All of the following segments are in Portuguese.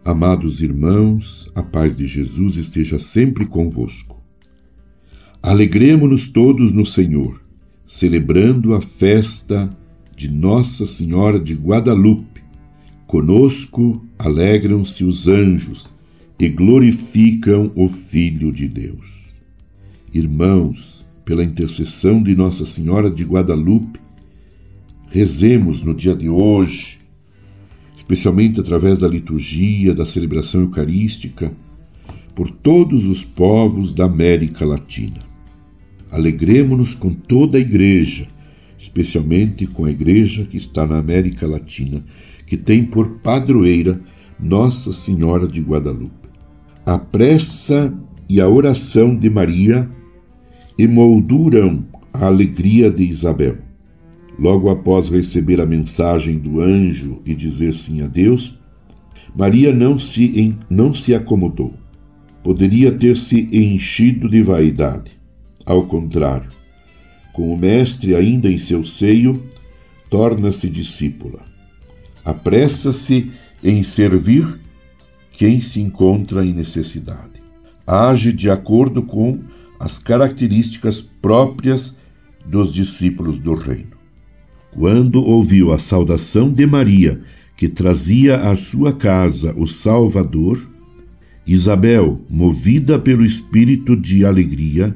Amados irmãos, a paz de Jesus esteja sempre convosco. Alegremo-nos todos no Senhor, celebrando a festa de Nossa Senhora de Guadalupe. Conosco alegram-se os anjos e glorificam o Filho de Deus. Irmãos, pela intercessão de Nossa Senhora de Guadalupe, rezemos no dia de hoje, especialmente através da liturgia, da celebração eucarística, por todos os povos da América Latina. Alegremo-nos com toda a Igreja, especialmente com a Igreja que está na América Latina, que tem por padroeira Nossa Senhora de Guadalupe. A pressa e a oração de Maria emolduram a alegria de Isabel. Logo após receber a mensagem do anjo e dizer sim a Deus, Maria não se acomodou. Poderia ter se enchido de vaidade. Ao contrário, com o Mestre ainda em seu seio, torna-se discípula. Apressa-se em servir quem se encontra em necessidade. Age de acordo com as características próprias dos discípulos do reino. Quando ouviu a saudação de Maria, que trazia à sua casa o Salvador, Isabel, movida pelo espírito de alegria,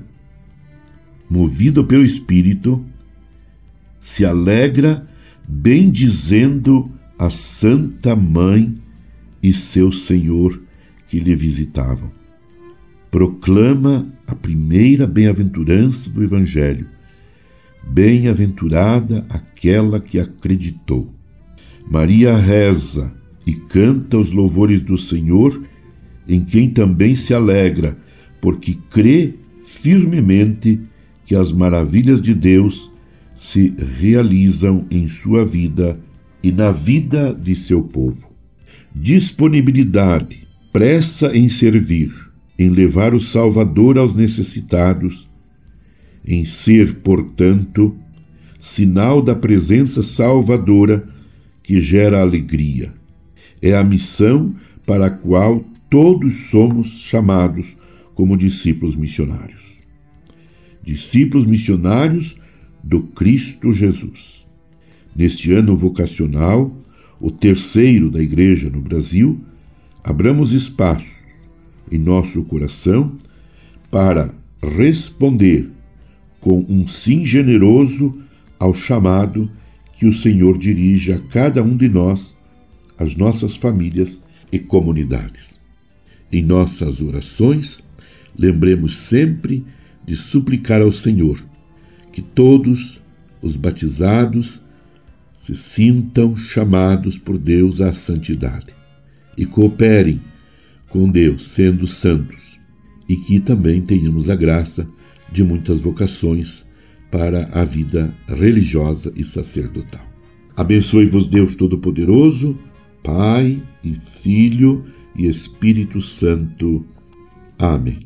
se alegra, bendizendo a Santa Mãe e seu Senhor que lhe visitavam. Proclama a primeira bem-aventurança do Evangelho. Bem-aventurada aquela que acreditou. Maria reza e canta os louvores do Senhor, em quem também se alegra, porque crê firmemente que as maravilhas de Deus se realizam em sua vida e na vida de seu povo. Disponibilidade, pressa em servir, em levar o Salvador aos necessitados, em ser, portanto, sinal da presença salvadora que gera alegria. É a missão para a qual todos somos chamados como discípulos missionários. Discípulos missionários do Cristo Jesus. Neste ano vocacional, o terceiro da Igreja no Brasil, abramos espaços em nosso coração para responder com um sim generoso ao chamado que o Senhor dirige a cada um de nós, as nossas famílias e comunidades. Em nossas orações, lembremos sempre de suplicar ao Senhor que todos os batizados se sintam chamados por Deus à santidade e cooperem com Deus, sendo santos, e que também tenhamos a graça de muitas vocações para a vida religiosa e sacerdotal. Abençoe-vos Deus Todo-Poderoso, Pai e Filho e Espírito Santo. Amém.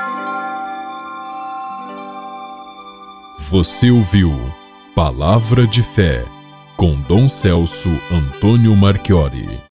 Você ouviu Palavra de Fé com Dom Celso Antônio Marchiori.